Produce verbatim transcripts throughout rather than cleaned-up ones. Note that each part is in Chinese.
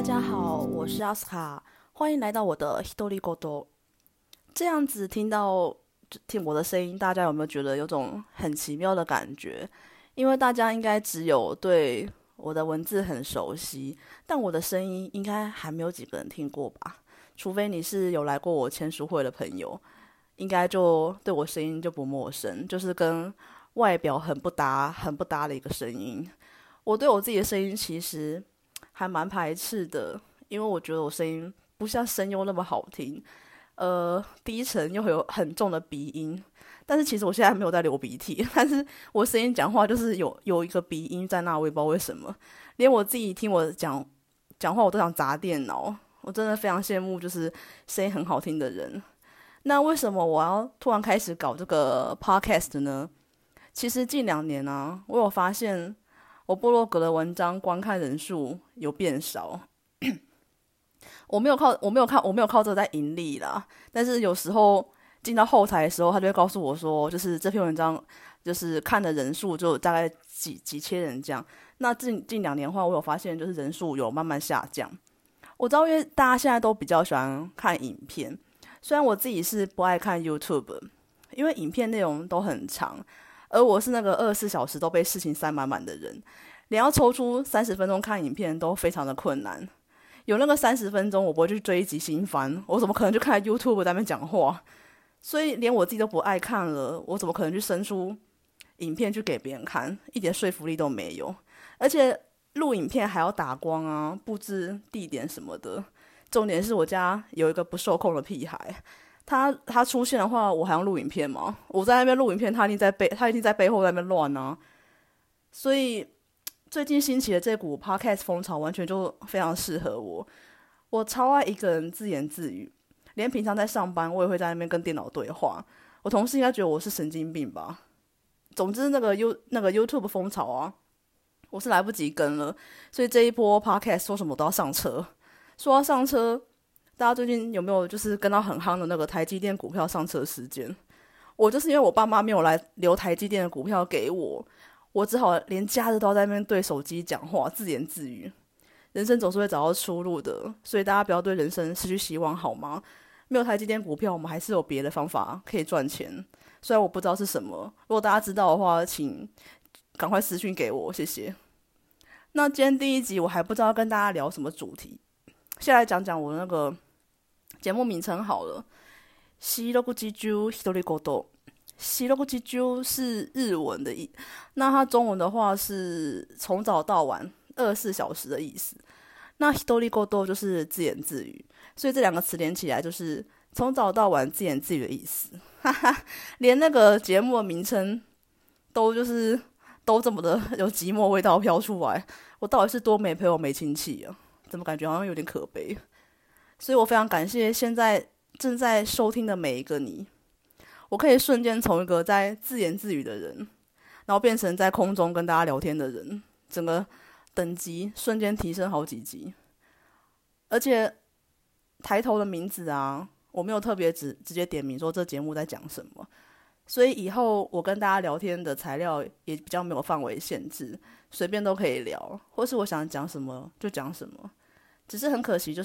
家好，我是阿斯卡，欢迎来到我的 Hitori Goto。这样子听到听我的声音，大家有没有觉得有种很奇妙的感觉？因为大家应该只有对我的文字很熟悉，但我的声音应该还没有几个人听过吧？除非你是有来过我签书会的朋友，应该就对我声音就不陌生，就是跟外表很不搭、很不搭的一个声音。我对我自己的声音其实还蛮排斥的，因为我觉得我声音不像声优那么好听，呃，低沉又有很重的鼻音。但是其实我现在还没有在流鼻涕，但是我声音讲话就是有有一个鼻音在那，我也不知道为什么。连我自己听我讲讲话，我都想砸电脑。我真的非常羡慕，就是声音很好听的人。那为什么我要突然开始搞这个 podcast 呢？其实近两年啊，我有发现我部落格的文章观看人数有变少。我没有靠，我没有靠，我没有靠这个在盈利啦。但是有时候进到后台的时候，他就会告诉我说，就是这篇文章就是看的人数就大概几几千人这样。那近近两年的话，我有发现就是人数有慢慢下降。我知道，因为大家现在都比较喜欢看影片，虽然我自己是不爱看 YouTube， 因为影片内容都很长，而我是那个二十四小时都被事情塞满满的人，连要抽出三十分钟看影片都非常的困难。有那个三十分钟，我不会去追一集新番，我怎么可能去看 YouTube 在那边讲话？所以连我自己都不爱看了，我怎么可能去生出影片去给别人看？一点说服力都没有。而且录影片还要打光啊，布置地点什么的。重点是我家有一个不受控的屁孩，他他出现的话，我还要录影片吗？我在那边录影片，他一定在背，他一定在背后在那边乱啊。所以最近兴起的这股 podcast 风潮，完全就非常适合我。我超爱一个人自言自语，连平常在上班，我也会在那边跟电脑对话。我同事应该觉得我是神经病吧？总之，那个 U 那个 YouTube 风潮啊，我是来不及跟了，所以这一波 podcast 说什么都要上车。说到上车，大家最近有没有就是跟到很夯的那个台积电股票上车事件？我就是因为我爸妈没有来留台积电的股票给我，我只好连假日都在那边对手机讲话，自言自语。人生总是会找到出路的，所以大家不要对人生失去希望，好吗？没有台积电股票，我们还是有别的方法可以赚钱。虽然我不知道是什么，如果大家知道的话，请赶快私讯给我，谢谢。那今天第一集我还不知道跟大家聊什么主题，先来讲讲我那个节目名称好了。西洛古吉啾 Hitori Goto， 西洛古吉啾是日文的意，那它中文的话是从早到晚二十四小时的意思。那 Hitori Goto 就是自言自语，所以这两个词连起来就是从早到晚自言自语的意思。哈哈，连那个节目的名称都就是都这么的有寂寞味道飘出来，我到底是多没朋友没亲戚啊？怎么感觉好像有点可悲？所以我非常感谢现在正在收听的每一个你，我可以瞬间从一个在自言自语的人，然后变成在空中跟大家聊天的人，整个等级瞬间提升好几级。而且抬头的名字啊，我没有特别直直接点名说这节目在讲什么，所以以后我跟大家聊天的材料也比较没有范围限制，随便都可以聊，或是我想讲什么就讲什么。只是很可惜，就是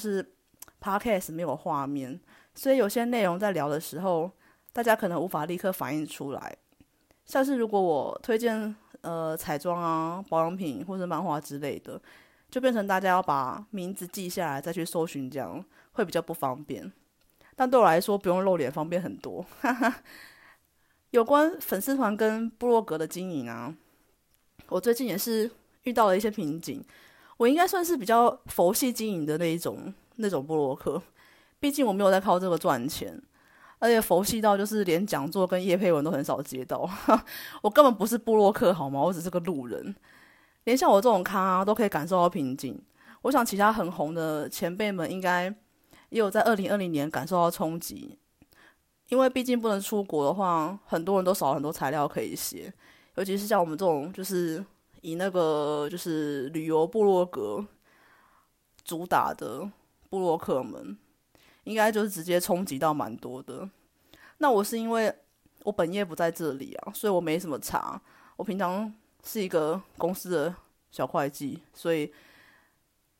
podcast 没有画面，所以有些内容在聊的时候，大家可能无法立刻反应出来。像是如果我推荐呃彩妆啊、保养品或者漫画之类的，就变成大家要把名字记下来再去搜寻，这样会比较不方便。但对我来说，不用露脸方便很多。哈哈。有关粉丝团跟部落格的经营啊，我最近也是遇到了一些瓶颈。我应该算是比较佛系经营的那一种那种部落客，毕竟我没有在靠这个赚钱，而且佛系到就是连讲座跟业配文都很少接到。我根本不是部落客好吗？我只是个路人。连像我这种咖啊都可以感受到瓶颈，我想其他很红的前辈们应该也有在二零二零年感受到冲击。因为毕竟不能出国的话，很多人都少了很多材料可以写，尤其是像我们这种就是以那个就是旅游部落格主打的部落客们，应该就是直接冲击到蛮多的。那我是因为我本业不在这里啊，所以我没什么差。我平常是一个公司的小会计，所以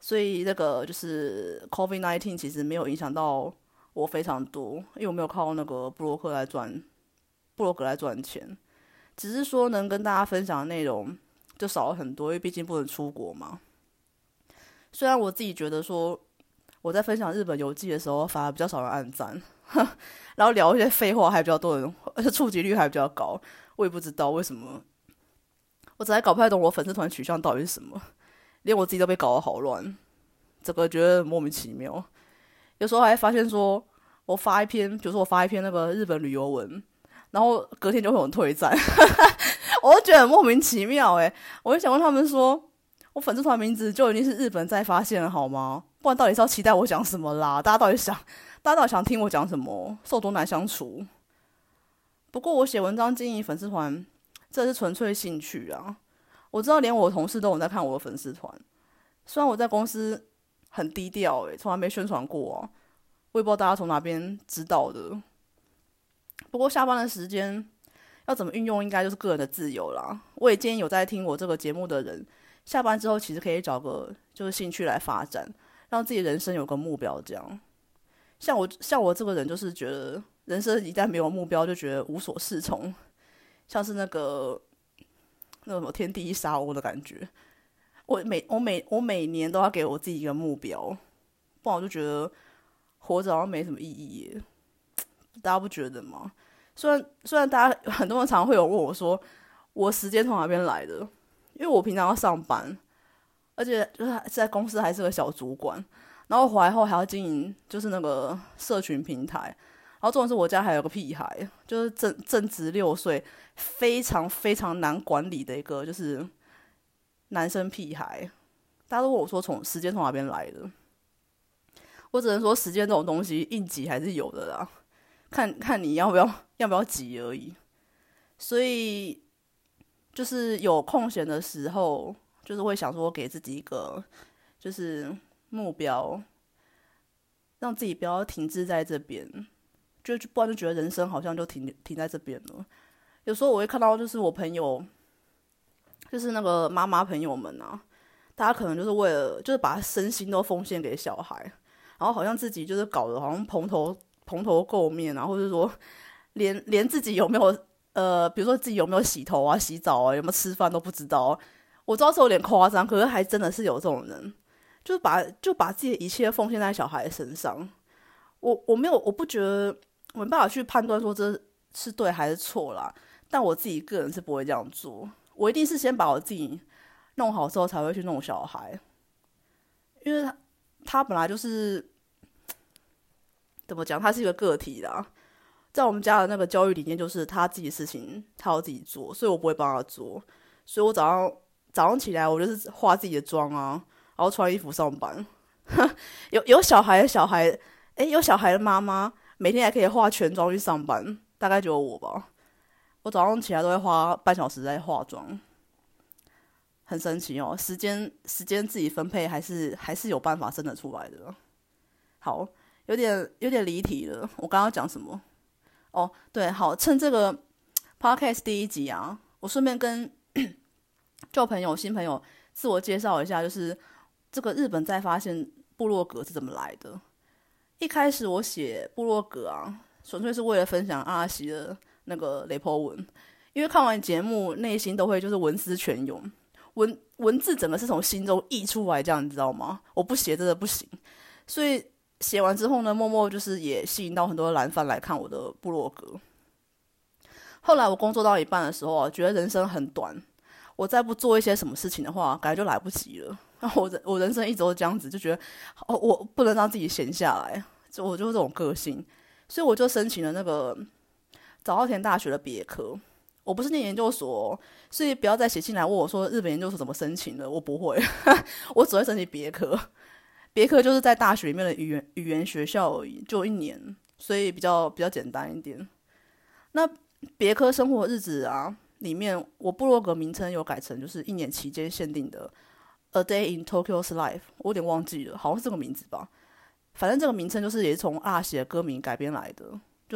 所以那个就是 COVID 十九 其实没有影响到我非常多，因为我没有靠那个部落客来赚部落格来赚钱，只是说能跟大家分享的内容就少了很多，因为毕竟不能出国嘛。虽然我自己觉得说我在分享日本游记的时候反而比较少人按赞，然后聊一些废话还比较多人，而且触及率还比较高，我也不知道为什么，我实在搞不太懂我粉丝团取向到底是什么，连我自己都被搞得好乱，整个觉得莫名其妙。有时候还发现说我发一篇，比如说我发一篇那个日本旅游文，然后隔天就会有人退赞，我就觉得很莫名其妙诶、欸、我就想问他们说，我粉丝团名字就已经是日本再发现了好吗？不然到底是要期待我讲什么啦？大家到底想，大家到底想听我讲什么？受多难相处？不过我写文章经营粉丝团，这是纯粹兴趣啊。我知道连我的同事都有在看我的粉丝团，虽然我在公司很低调诶、欸，从来没宣传过啊，我也不知道大家从哪边知道的。不过下班的时间要怎么运用，应该就是个人的自由啦。我也建议有在听我这个节目的人，下班之后其实可以找个就是兴趣来发展，让自己人生有个目标。这样，像我像我这个人就是觉得人生一旦没有目标，就觉得无所适从，像是那个那什么天地一沙鸥的感觉。我每我每我每年都要给我自己一个目标，不然我就觉得活着好像没什么意义耶。大家不觉得吗？虽然虽然大家很多人常常会有问我说，我时间从哪边来的？因为我平常要上班，而且就是在公司还是个小主管，然后回来后还要经营就是那个社群平台，然后重点是我家还有个屁孩，就是正正值六岁，非常非常难管理的一个就是男生屁孩。大家都问我说从时间从哪边来的，我只能说时间这种东西应急还是有的啦，看看你要不要要不要急而已。所以就是有空闲的时候，就是会想说给自己一个就是目标，让自己不要停滞在这边，就不然就觉得人生好像就停停在这边了。有时候我会看到就是我朋友，就是那个妈妈朋友们啊，大家可能就是为了就是把身心都奉献给小孩，然后好像自己就是搞得好像蓬头蓬头垢面啊，或者说连连自己有没有呃，比如说自己有没有洗头啊、洗澡啊、有没有吃饭都不知道。我知道是有点夸张，可是还真的是有这种人，就是把就把自己的一切奉献在小孩身上。我我没有，我不觉得我没办法去判断说这是对还是错啦。但我自己个人是不会这样做，我一定是先把我自己弄好之后才会去弄小孩，因为他他本来就是怎么讲，他是一个个体啦。在我们家的那个教育理念就是他自己的事情他要自己做，所以我不会帮他做。所以我早上早上起来我就是化自己的妆啊，然后穿衣服上班。有有小孩的小孩，诶，有小孩的妈妈每天还可以化全妆去上班，大概只有我吧。我早上起来都会花半小时在化妆，很神奇哦。时间时间自己分配还是还是有办法生得出来的。好，有点有点离题了。我刚刚讲什么？哦，对，好，趁这个 podcast 第一集啊，我顺便跟旧朋友、新朋友自我介绍一下，就是这个日本再发现部落格是怎么来的。一开始我写部落格啊，纯粹是为了分享阿拉西的那个雷波文，因为看完节目，内心都会就是文思泉涌，文文字整个是从心中溢出来，这样你知道吗？我不写真的不行，所以写完之后呢，默默就是也吸引到很多蓝饭来看我的部落格。后来我工作到一半的时候啊，觉得人生很短，我再不做一些什么事情的话，感觉就来不及了。然后我人我人生一直都这样子，就觉得哦，我不能让自己闲下来，就我就是这种个性，所以我就申请了那个早稻田大学的别科。我不是念研究所，所以不要再写信来问我说日本研究所怎么申请的，我不会，我只会申请别科。别科就是在大学里面的语言语言学校而已，就一年，所以比较比较简单一点。那别科生活日子啊，里面我部落格名称有改成就是一年期间限定的 A Day in Tokyo's Life， 我有点忘记了，好像是这个名字吧。反正这个名称就是也是从阿拉西的歌名改编来的，就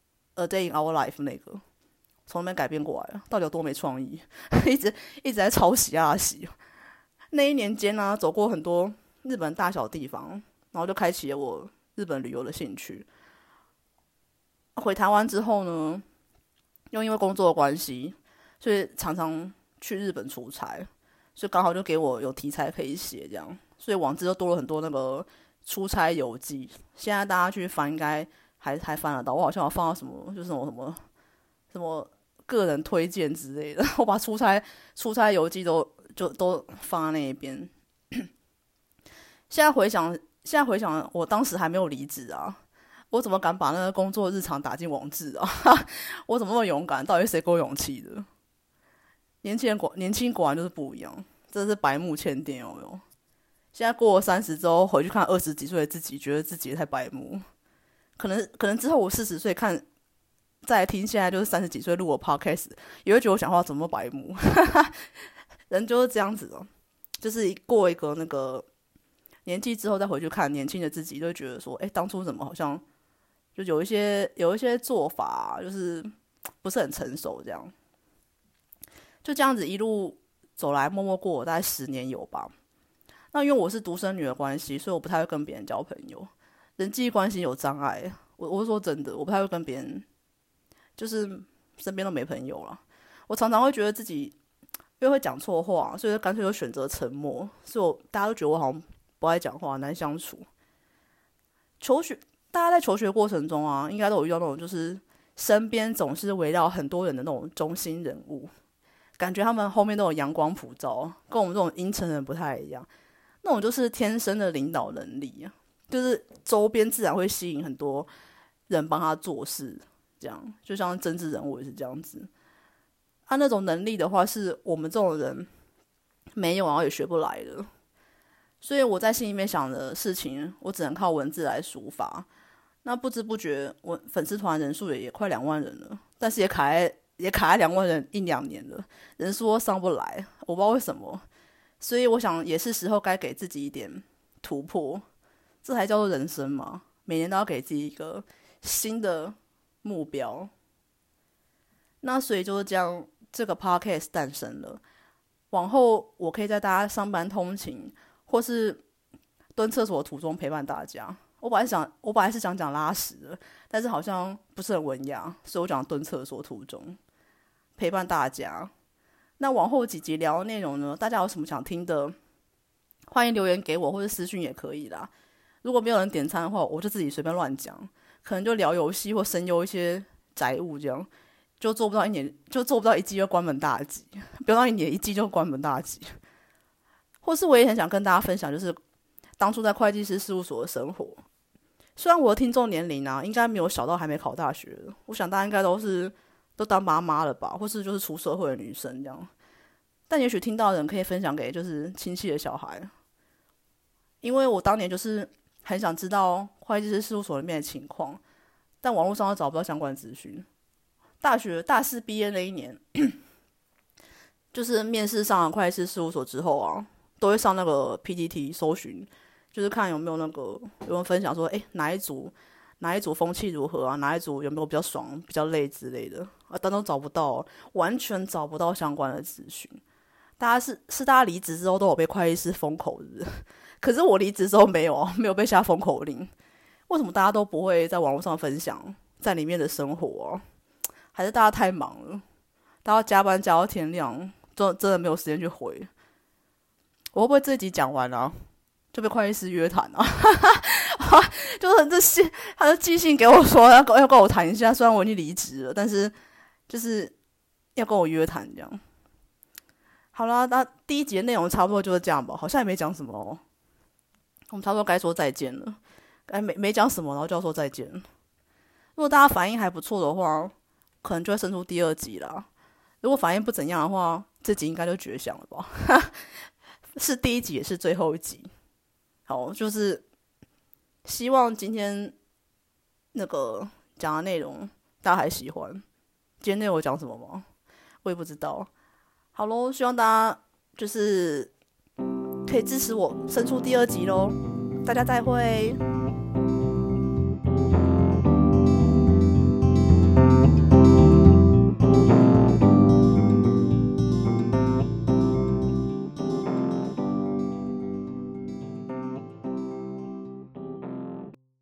A Day in Our Life 那个从那边改编过来了，到底有多没创意？一直一直在抄袭阿拉西。那一年间呢、啊，走过很多日本大小地方，然后就开启了我日本旅游的兴趣。回台湾之后呢，又因为工作的关系，所以常常去日本出差，所以刚好就给我有题材可以写这样，所以网志就多了很多那个出差游记。现在大家去翻应该还还翻得到，我好像有放到什么就是什么什么什么个人推荐之类的，我把出差出差游记都就都放在那一边。现在回想，现在回想，我当时还没有离职啊，我怎么敢把那个工作日常打进网志啊？我怎么那么勇敢？到底是谁给我勇气的？年轻人果年轻果然就是不一样，真的是白目欠电有没有？现在过了三十之后回去看二十几岁的自己，觉得自己也太白目。可能可能之后我四十岁看再来听现在就是三十几岁录我 podcast， 也会觉得我讲话怎么白目。人就是这样子哦，就是过一个那个年纪之后再回去看年轻的自己，就会觉得说，哎，当初怎么好像就有一些有一些做法，就是不是很成熟这样。就这样子一路走来，默默过我大概十年有吧。那因为我是独生女的关系，所以我不太会跟别人交朋友，人际关系有障碍。我我是说真的，我不太会跟别人，就是身边都没朋友了。我常常会觉得自己因为会讲错话，所以干脆就选择沉默。所以我大家都觉得我好像不爱讲话，难相处。求学，大家在求学过程中啊，应该都有遇到那种就是身边总是围绕很多人的那种中心人物，感觉他们后面都有阳光普照，跟我们这种阴沉人不太一样。那种就是天生的领导能力啊，就是周边自然会吸引很多人帮他做事，这样就像政治人物也是这样子。他、啊、那种能力的话，是我们这种人没有，然后也学不来的。所以我在心里面想的事情，我只能靠文字来抒发。那不知不觉，我粉丝团人数也也快两万人了，但是也卡在也卡在两万人一两年了，人数都上不来，我不知道为什么。所以我想，也是时候该给自己一点突破，这才叫做人生嘛。每年都要给自己一个新的目标。那所以就是这样，这个 podcast 诞生了。往后我可以在大家上班通勤或是蹲厕所的途中陪伴大家。我本来想，我本来是想讲拉屎的，但是好像不是很文雅，所以我讲蹲厕所途中陪伴大家。那往后几集聊的内容呢？大家有什么想听的，欢迎留言给我，或者私讯也可以啦。如果没有人点餐的话，我就自己随便乱讲，可能就聊游戏或声优一些宅物，这样就做不到一年，就做不到一季就关门大吉，不要到一年一季就关门大吉。或是我也很想跟大家分享，就是当初在会计师事务所的生活。虽然我的听众年龄啊，应该没有小到还没考大学的，我想大家应该都是都当妈妈了吧，或是就是出社会的女生这样。但也许听到的人可以分享给就是亲戚的小孩，因为我当年就是很想知道会计师事务所里面的情况，但网络上都找不到相关资讯。大学大四毕业那一年，就是面试上了会计师事务所之后啊，都会上那个 P T T 搜寻，就是看有没有那个有人分享说，哎，哪一组哪一组风气如何啊？哪一组有没有比较爽、比较累之类的啊？但都找不到，完全找不到相关的资讯。大家是是大家离职之后都有被会计师封口，是不是？可是我离职之后没有，没有被下封口令。为什么大家都不会在网络上分享在里面的生活啊？还是大家太忙了，大家加班加到天亮，真真的没有时间去回。我会不会这集讲完啊，就被会计师约谈啊？就是这信，他就寄信给我说要要跟我谈一下，虽然我已经离职了，但是就是要跟我约谈这样。好啦，那第一集的内容差不多就是这样吧，好像也没讲什么哦。我们差不多该说再见了，哎，没没讲什么，然后就要说再见。如果大家反应还不错的话，可能就会生出第二集啦。如果反应不怎样的话，这集应该就绝响了吧？是第一集也是最后一集。好，就是希望今天那个讲的内容大家还喜欢。今天内容我讲什么吗？我也不知道。好咯，希望大家就是可以支持我生出第二集咯。大家再会。